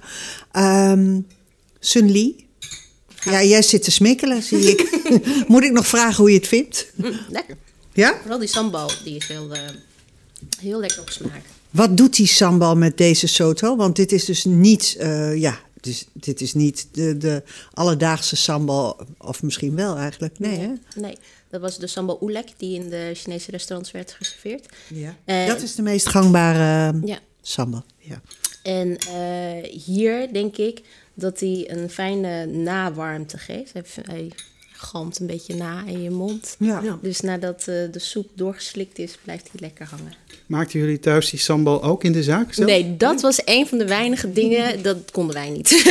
Um, Sun Lee. Ja, jij zit te smikkelen, zie ik. Moet ik nog vragen hoe je het vindt?
Mm, lekker.
Ja?
Vooral die sambal, die is heel, uh, heel lekker op smaak.
Wat doet die sambal met deze soto? Want dit is dus niet, uh, ja, dus, dit is niet de, de alledaagse sambal. Of misschien wel eigenlijk, nee,
nee,
hè?
Nee, dat was de sambal oelek die in de Chinese restaurants werd geserveerd.
Ja.
Uh,
dat is de meest gangbare uh,
ja.
sambal. Ja.
En uh, hier denk ik dat hij een fijne nawarmte geeft. Hij, hij galmt een beetje na in je mond.
Ja.
Ja.
Dus nadat uh, de soep doorgeslikt is, blijft hij lekker hangen.
Maakten jullie thuis die sambal ook in de zaak zelf?
Nee, dat was een van de weinige dingen, dat konden wij niet.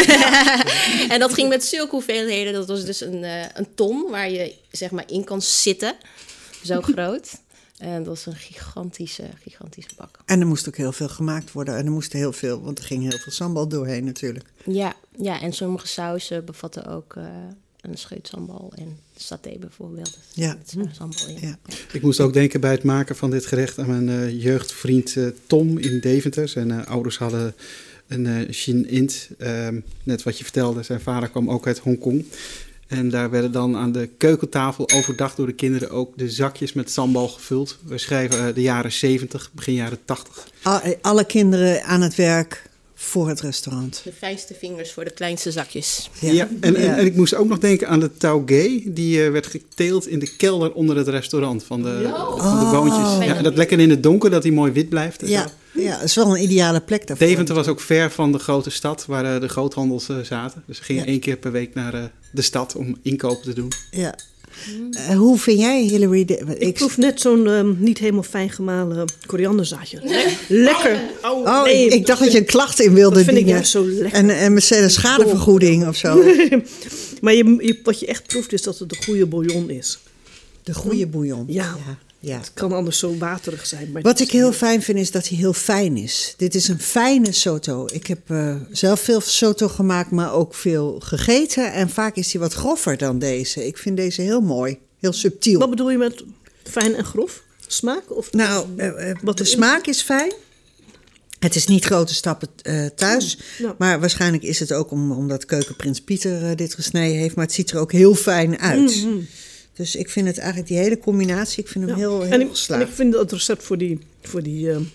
En dat ging met zulke hoeveelheden. Dat was dus een, uh, een ton waar je zeg maar in kan zitten. Zo groot. En dat was een gigantische, gigantische bak.
En er moest ook heel veel gemaakt worden. En er moest heel veel, want er ging heel veel sambal doorheen natuurlijk.
Ja, ja, en sommige sausen bevatten ook uh, een scheut sambal en saté bijvoorbeeld.
Ja.
Met sambal in.
Ja.
Ik moest ook denken bij het maken van dit gerecht aan mijn uh, jeugdvriend uh, Tom in Deventer. Zijn uh, ouders hadden een uh, Shin Int, uh, net wat je vertelde. Zijn vader kwam ook uit Hongkong. En daar werden dan aan de keukentafel overdag door de kinderen ook de zakjes met sambal gevuld. We schrijven uh, de jaren zeventig, begin jaren tachtig.
Alle kinderen aan het werk voor het restaurant.
De fijnste vingers voor de kleinste zakjes.
Ja, ja, en, en,
Ja.
en ik moest ook nog denken aan de taugé. Die uh, werd geteeld in de kelder onder het restaurant van de,
Oh.
van de boontjes. Ja, en dat lekker in het donker, dat die mooi wit blijft. en
Ja,
zo.
ja, het is wel een ideale plek daarvoor.
Deventer was ook ver van de grote stad waar uh, de groothandels uh, zaten. Dus we gingen
Ja.
één keer per week naar uh, de stad om inkopen te doen.
Ja. Uh, hoe vind jij, Hilary? De,
Ik,
ik
proef net zo'n um, niet helemaal fijn gemalen korianderzaadje. Lekker.
Oh,
nee,
ik, ik dacht dat je een klacht in wilde
dat vind ik
dienen.
juist zo lekker.
En, en met een schadevergoeding of zo.
Maar je, je, wat je echt proeft is dat het een goede bouillon is.
De goede bouillon.
Ja.
ja, ja.
Het kan anders zo waterig zijn. Maar
Wat
het
ik
is-
heel fijn vind is dat hij heel fijn is. Dit is een fijne soto. Ik heb uh, zelf veel soto gemaakt, maar ook veel gegeten. En vaak is hij wat groffer dan deze. Ik vind deze heel mooi. Heel subtiel.
Wat bedoel je met fijn en grof? Smaak? Of
Nou, uh, uh,
Wat
de
erin-
smaak is fijn. Het is niet grote stappen uh, thuis.
Ja.
Maar waarschijnlijk is het ook om, omdat keukenprins Pieter uh, dit gesneden heeft. Maar het ziet er ook heel fijn uit.
Mhm.
Dus ik vind het eigenlijk, die hele combinatie, ik vind hem
Ja.
heel, heel
en, ik,
geslaagd.
en ik vind het recept voor die, voor die um,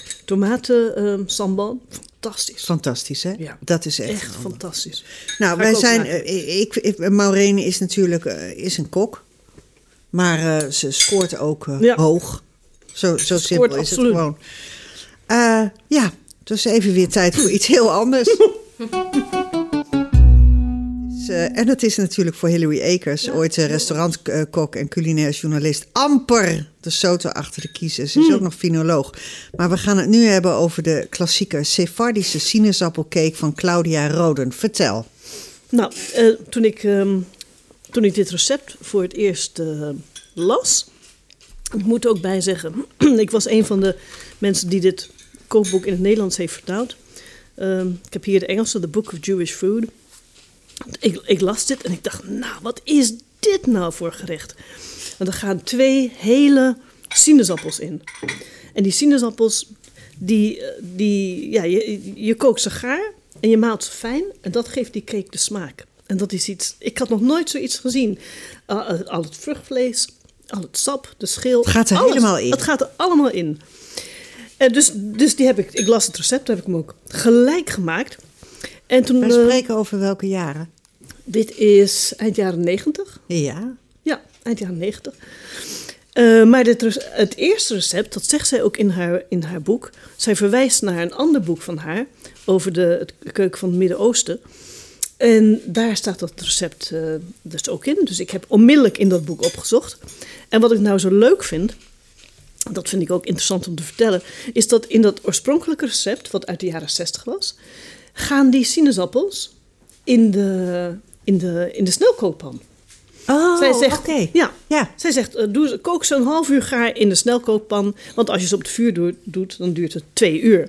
tomaten um, sambal fantastisch.
Fantastisch, hè?
Ja.
Dat is echt,
Echt
handig.
fantastisch.
Nou,
Ga
wij
ik ook
zijn.
maken.
eh, Ik, ik, Maureen is natuurlijk uh, is een kok. Maar uh, ze scoort ook uh,
Ja.
hoog. Zo, zo
Scoort
simpel is
absoluut.
het gewoon. Uh, ja, dus even weer tijd voor iets heel anders. Dus, uh, en dat is natuurlijk voor Hilary Akers, ooit uh, restaurantkok en culinair journalist, amper de soto achter de kiezen. Ze is
Hmm.
ook nog finoloog. Maar we gaan het nu hebben over de klassieke Sephardische sinaasappelcake van Claudia Roden. Vertel.
Nou, uh, toen, ik, um, toen ik dit recept voor het eerst uh, las, ik moet er ook bij zeggen, ik was een van de mensen die dit kookboek in het Nederlands heeft vertaald. Um, ik heb hier de Engelse, The Book of Jewish Food. Ik, ik las dit en ik dacht, nou, wat is dit nou voor gerecht? Want er gaan twee hele sinaasappels in. En die sinaasappels, die, die, ja, je, je kookt ze gaar en je maalt ze fijn. En dat geeft die cake de smaak. En dat is iets, ik had nog nooit zoiets gezien. Uh, al het vruchtvlees, al het sap, de schil.
Het gaat er
alles.
helemaal in.
Het gaat er allemaal in. En dus, dus die heb ik, ik las het recept, heb ik hem ook gelijk gemaakt. En toen,
Wij
uh,
spreken over welke jaren?
dit is eind jaren negentig.
Ja.
Ja, eind jaren negentig. Uh, maar dit, rec- het eerste recept, dat zegt zij ook in haar, in haar boek. Zij verwijst naar een ander boek van haar over de, het keuken van het Midden-Oosten. En daar staat dat recept uh, dus ook in. Dus ik heb onmiddellijk in dat boek opgezocht. En wat ik nou zo leuk vind, dat vind ik ook interessant om te vertellen, is dat in dat oorspronkelijke recept, wat uit de jaren zestig was, gaan die sinaasappels in de, in de, in de snelkookpan.
Oh,
Zij zegt,
oké.
ja,
Ja.
zij zegt, uh, doe, kook ze een half uur gaar in de snelkookpan. Want als je ze op het vuur doet, doet dan duurt het twee uur.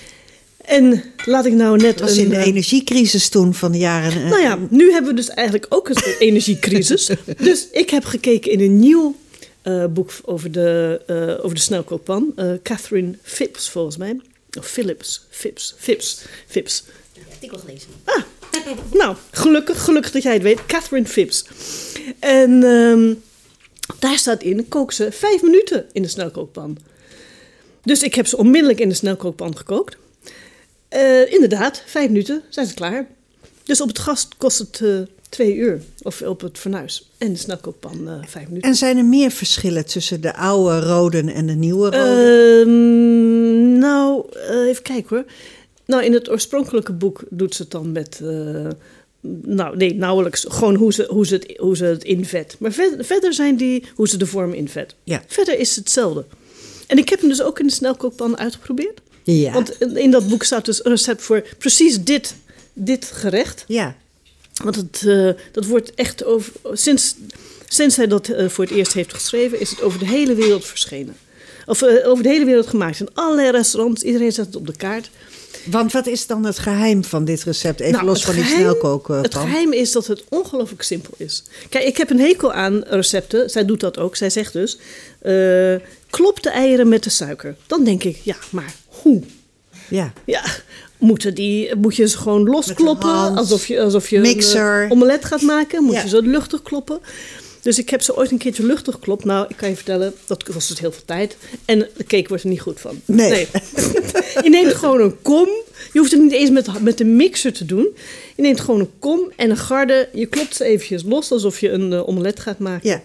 En laat ik nou net
Dat was
een...
in de
uh,
energiecrisis toen van de jaren... eh,
nou ja, nu hebben we dus eigenlijk ook een soort energiecrisis. Dus ik heb gekeken in een nieuw uh, boek over de, uh, over de snelkookpan. Uh, Catherine Phipps, volgens mij. Of Phillips, Phipps, Phipps, Phipps.
Artikel gelezen.
Ah, nou, gelukkig, gelukkig dat jij het weet. Catherine Phipps. En um, daar staat in, kook ze vijf minuten in de snelkookpan. Dus ik heb ze onmiddellijk in de snelkookpan gekookt. Uh, inderdaad, vijf minuten zijn ze klaar. Dus op het gas kost het uh, twee uur. Of op het fornuis. En de snelkookpan uh, vijf minuten.
En zijn er meer verschillen tussen de oude roden en de nieuwe roden?
Uh, nou, uh, even kijken hoor. Nou, in het oorspronkelijke boek doet ze het dan met... Uh, nou, nee, nauwelijks. Gewoon hoe ze, hoe ze, het, hoe ze het invet. Maar verder, verder zijn die hoe ze de vorm invet.
Ja.
Verder is het hetzelfde. En ik heb hem dus ook in de snelkookpan uitgeprobeerd.
Ja.
Want in dat boek staat dus een recept voor precies dit, dit gerecht.
Ja.
Want het, uh, dat wordt echt over... Sinds, sinds hij dat uh, voor het eerst heeft geschreven, is het over de hele wereld verschenen. Of uh, over de hele wereld gemaakt. In allerlei restaurants, iedereen zet het op de kaart.
Want wat is dan het geheim van dit recept? Even
Nou,
los
het
van die
geheim-
snelkookpan.
Het geheim is dat het ongelooflijk simpel is. Kijk, ik heb een hekel aan recepten. Zij doet dat ook. Zij zegt dus, uh, klop de eieren met de suiker. Dan denk ik, ja, maar hoe?
Ja.
Ja, moeten die, moet je ze gewoon loskloppen?
Met de hand,
Alsof je, alsof je
mixer.
een uh, omelet gaat maken. Moet
Ja.
je ze luchtig kloppen? Dus ik heb ze ooit een keertje luchtig geklopt. Nou, ik kan je vertellen, dat kost dus heel veel tijd. En de cake wordt er niet goed van.
Nee.
Je neemt gewoon een kom. Je hoeft het niet eens met, met de mixer te doen. Je neemt gewoon een kom en een garde. Je klopt ze eventjes los, alsof je een uh, omelet gaat maken.
Ja.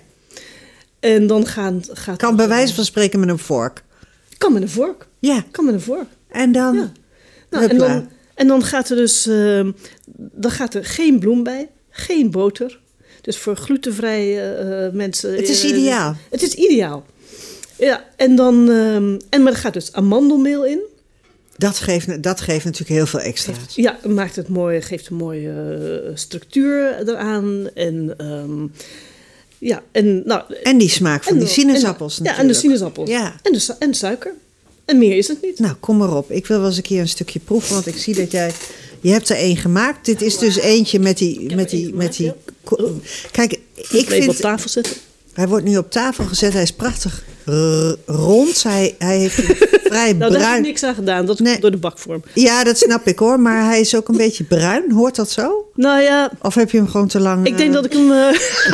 En dan gaan, gaat...
Kan bij wijze van spreken met een vork.
Kan met een vork.
Ja.
Kan met een vork.
En dan...
Ja. Nou, en,
Huppla.
dan, en dan gaat er dus uh, dan gaat er geen bloem bij, geen boter. Dus voor glutenvrije uh, mensen.
Het is
uh,
ideaal.
Het is ideaal. Ja, en dan. Um, en maar er gaat dus amandelmeel in.
Dat geeft, dat geeft natuurlijk heel veel extra's.
Ja, maakt het mooi, geeft een mooie uh, structuur eraan. En um, ja, en nou.
En die smaak van
en,
die sinaasappels
en,
natuurlijk.
Ja, en de sinaasappels.
Ja.
En de, su- en de suiker. En meer is het niet.
Nou, kom maar op. Ik wil wel eens een keer een stukje proeven, want ik zie dat jij... Je hebt er één gemaakt. Dit is dus eentje met die... Met die, met die ko- Kijk, ik
Even op
vind...
tafel zetten.
Hij wordt nu op tafel gezet. Hij is prachtig r- rond. Hij, hij heeft een vrij
Nou, daar heb ik
bruin...
niks aan gedaan. Dat
Nee.
komt door de bakvorm.
Ja, dat snap ik hoor. Maar hij is ook een beetje bruin. Hoort dat zo?
Nou ja,
Of heb je hem gewoon te lang...
ik denk
eh,
dat ik hem... Uh,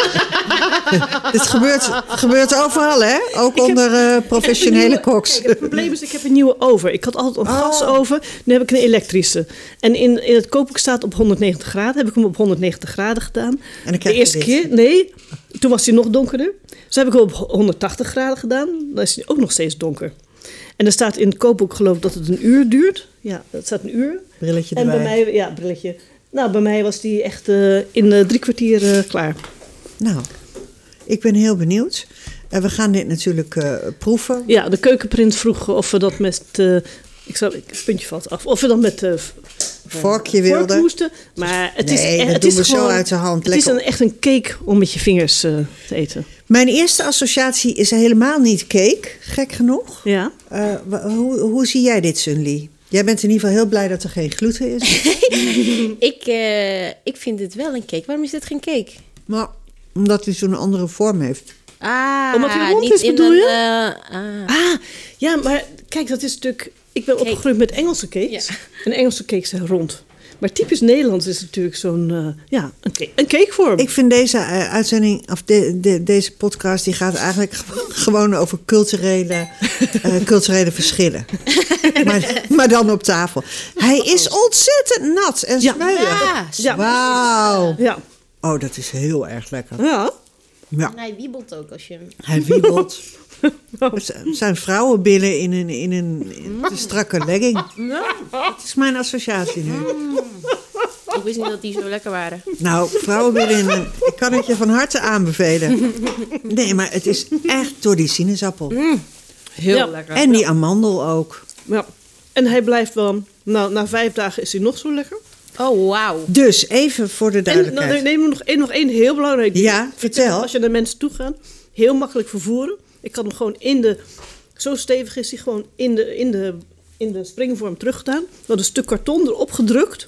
Dit gebeurt, gebeurt overal, hè? Ook
heb-
onder eh, professionele
nieuwe-
koks.
Kijk, het probleem is, ik heb een nieuwe oven. Ik had altijd een
Oh.
gasoven, nu heb ik een elektrische. En in, in het kookboek staat op honderdnegentig graden. Heb ik hem op honderdnegentig graden gedaan.
En dan
De
krijg je
eerste
dit.
keer, nee. Toen was hij nog donkerder. Dus heb ik hem op honderdtachtig graden gedaan. Dan is hij ook nog steeds donker. En er staat in het kookboek, geloof ik, dat het een uur duurt. Ja, dat staat een uur.
Brilletje
En bij
erbij.
mij, ja, brilletje. Nou, bij mij was die echt uh, in uh, drie kwartier uh, klaar.
Nou, ik ben heel benieuwd. Uh, we gaan dit natuurlijk uh, proeven.
Ja, de keukenprins vroeg of we dat met... Uh, ik zou, het puntje valt af. Of we dat met... Uh,
Vorkje
vork
wilde.
moesten. Maar het is,
Nee,
echt-
dat
het
doen
is
we
gewoon,
zo uit de hand.
Het is
Lekker.
een, echt een cake om met je vingers uh, te eten.
Mijn eerste associatie is helemaal niet cake, gek genoeg.
Ja.
Uh, wa- hoe, hoe zie jij dit, Sunli? Jij bent in ieder geval heel blij dat er geen gluten is.
ik, uh, ik vind dit wel een cake. Waarom is dit geen cake?
Maar omdat hij zo'n andere vorm heeft.
Ah,
Omdat hij rond
niet
is,
in
bedoel
een,
je?
uh, ah.
Ah, ja, maar kijk, dat is natuurlijk... Ik ben
Cake.
opgegroeid met Engelse cakes.
Ja.
En Engelse cakes zijn rond. Maar typisch Nederlands is natuurlijk zo'n... Uh, ja, een, cake, een cakevorm.
Ik vind deze uh, uitzending, of de, de, deze podcast, die gaat eigenlijk g- gewoon over culturele, uh, culturele verschillen. maar, maar dan op tafel. Hij is ontzettend nat en
Ja.
smeuig.
Ja,
Ja.
Wauw.
Ja.
Oh, dat is heel erg lekker.
Ja.
Ja,
En hij wiebelt ook als je hem...
hij wiebelt. Het zijn vrouwenbillen in een, in een in een strakke legging. Dat is mijn associatie nu.
Ik wist niet dat die zo lekker waren.
Nou, vrouwenbillen in een... Ik kan het je van harte aanbevelen. Nee, maar het is echt door die sinaasappel.
Heel
Ja.
lekker.
En die amandel ook.
Ja. En hij blijft wel... Nou, na vijf dagen is hij nog zo lekker.
Oh, wauw.
Dus even voor de
En
duidelijkheid.
dan nemen we nog één, nog één heel belangrijk ding.
Ja, vertel.
Als je naar mensen toe gaat, heel makkelijk vervoeren. Ik kan hem gewoon in de... Zo stevig is hij gewoon in de, in de, in de springvorm teruggedaan. Wat een stuk karton erop gedrukt.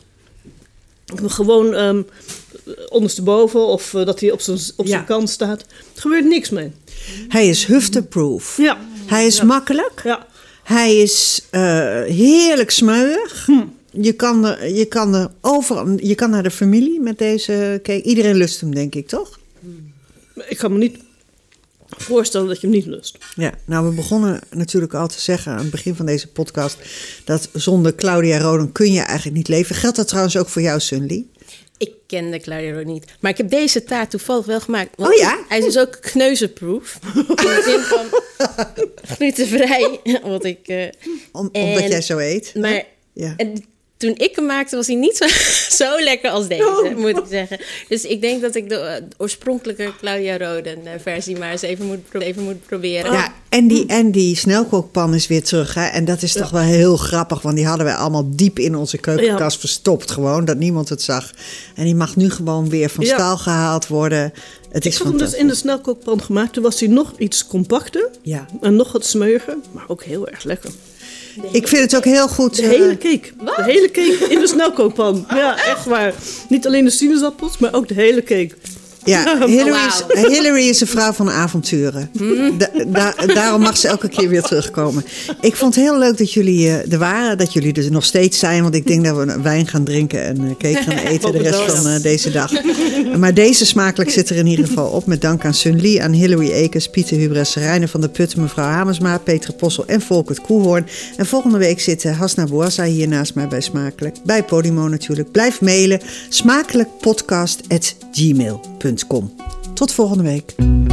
Gewoon um, ondersteboven of uh, dat hij op zijn op
Ja.
zijn kant staat. Er gebeurt niks mee.
Hij is hufteproof.
Ja.
Hij is
Ja.
makkelijk.
Ja.
Hij is uh, heerlijk smeuig.
Hm.
Je kan, er, je, kan er overal, je kan naar de familie met deze cake. Iedereen lust hem, denk ik, toch?
Ik kan me niet voorstellen dat je hem niet lust.
Ja, nou, we begonnen natuurlijk al te zeggen aan het begin van deze podcast dat zonder Claudia Roden kun je eigenlijk niet leven. Geldt dat trouwens ook voor jou, Sunli?
Ik kende Claudia Roden niet. Maar ik heb deze taart toevallig wel gemaakt. Want
Oh ja?
Hij is dus ook kneuzenproof. In de zin van glutenvrij. Wat ik... Uh,
Om,
En-
omdat jij zo eet?
maar
Ja.
en toen ik hem maakte, was hij niet zo, zo lekker als deze, moet ik zeggen. Dus ik denk dat ik de, uh, oorspronkelijke Claudia Roden uh, versie maar eens even moet, pro- even moet proberen.
Ja, en die, en die snelkookpan is weer terug. Hè? En dat is toch wel heel grappig, want die hadden wij allemaal diep in onze keukenkast verstopt. Gewoon, dat niemand het zag. En die mag nu gewoon weer van
Ja.
staal gehaald worden. Het
Ik
is
had hem dus
fantastisch.
in de snelkookpan gemaakt. Toen was hij nog iets compacter
Ja.
en nog wat smeuiger. Maar ook heel erg lekker.
Ik vind het ook heel goed.
De
eh,
hele cake. De hele cake in de snelkookpan. Ja, echt waar. Niet alleen de sinaasappels, maar ook de hele cake.
Ja, Hillary is,
Wauw.
Hillary is een vrouw van avonturen. Da- da- daarom mag ze elke keer weer terugkomen. Ik vond het heel leuk dat jullie eh, er waren. Dat jullie er nog steeds zijn. Want ik denk dat we wijn gaan drinken en eh, cake gaan eten de rest van eh, deze dag. Maar deze smakelijk zit er in ieder geval op. Met dank aan Sun Lee, aan Hillary Ekers, Pieter Hubres, Reiner van der Putten, mevrouw Hamersma, Peter Possel en Volkert Koehoorn. En volgende week zit eh, Hasna Bouassa hier naast mij bij Smakelijk. Bij Podimo natuurlijk. Blijf mailen. smakelijkpodcast at gmail punt com. Tot volgende week.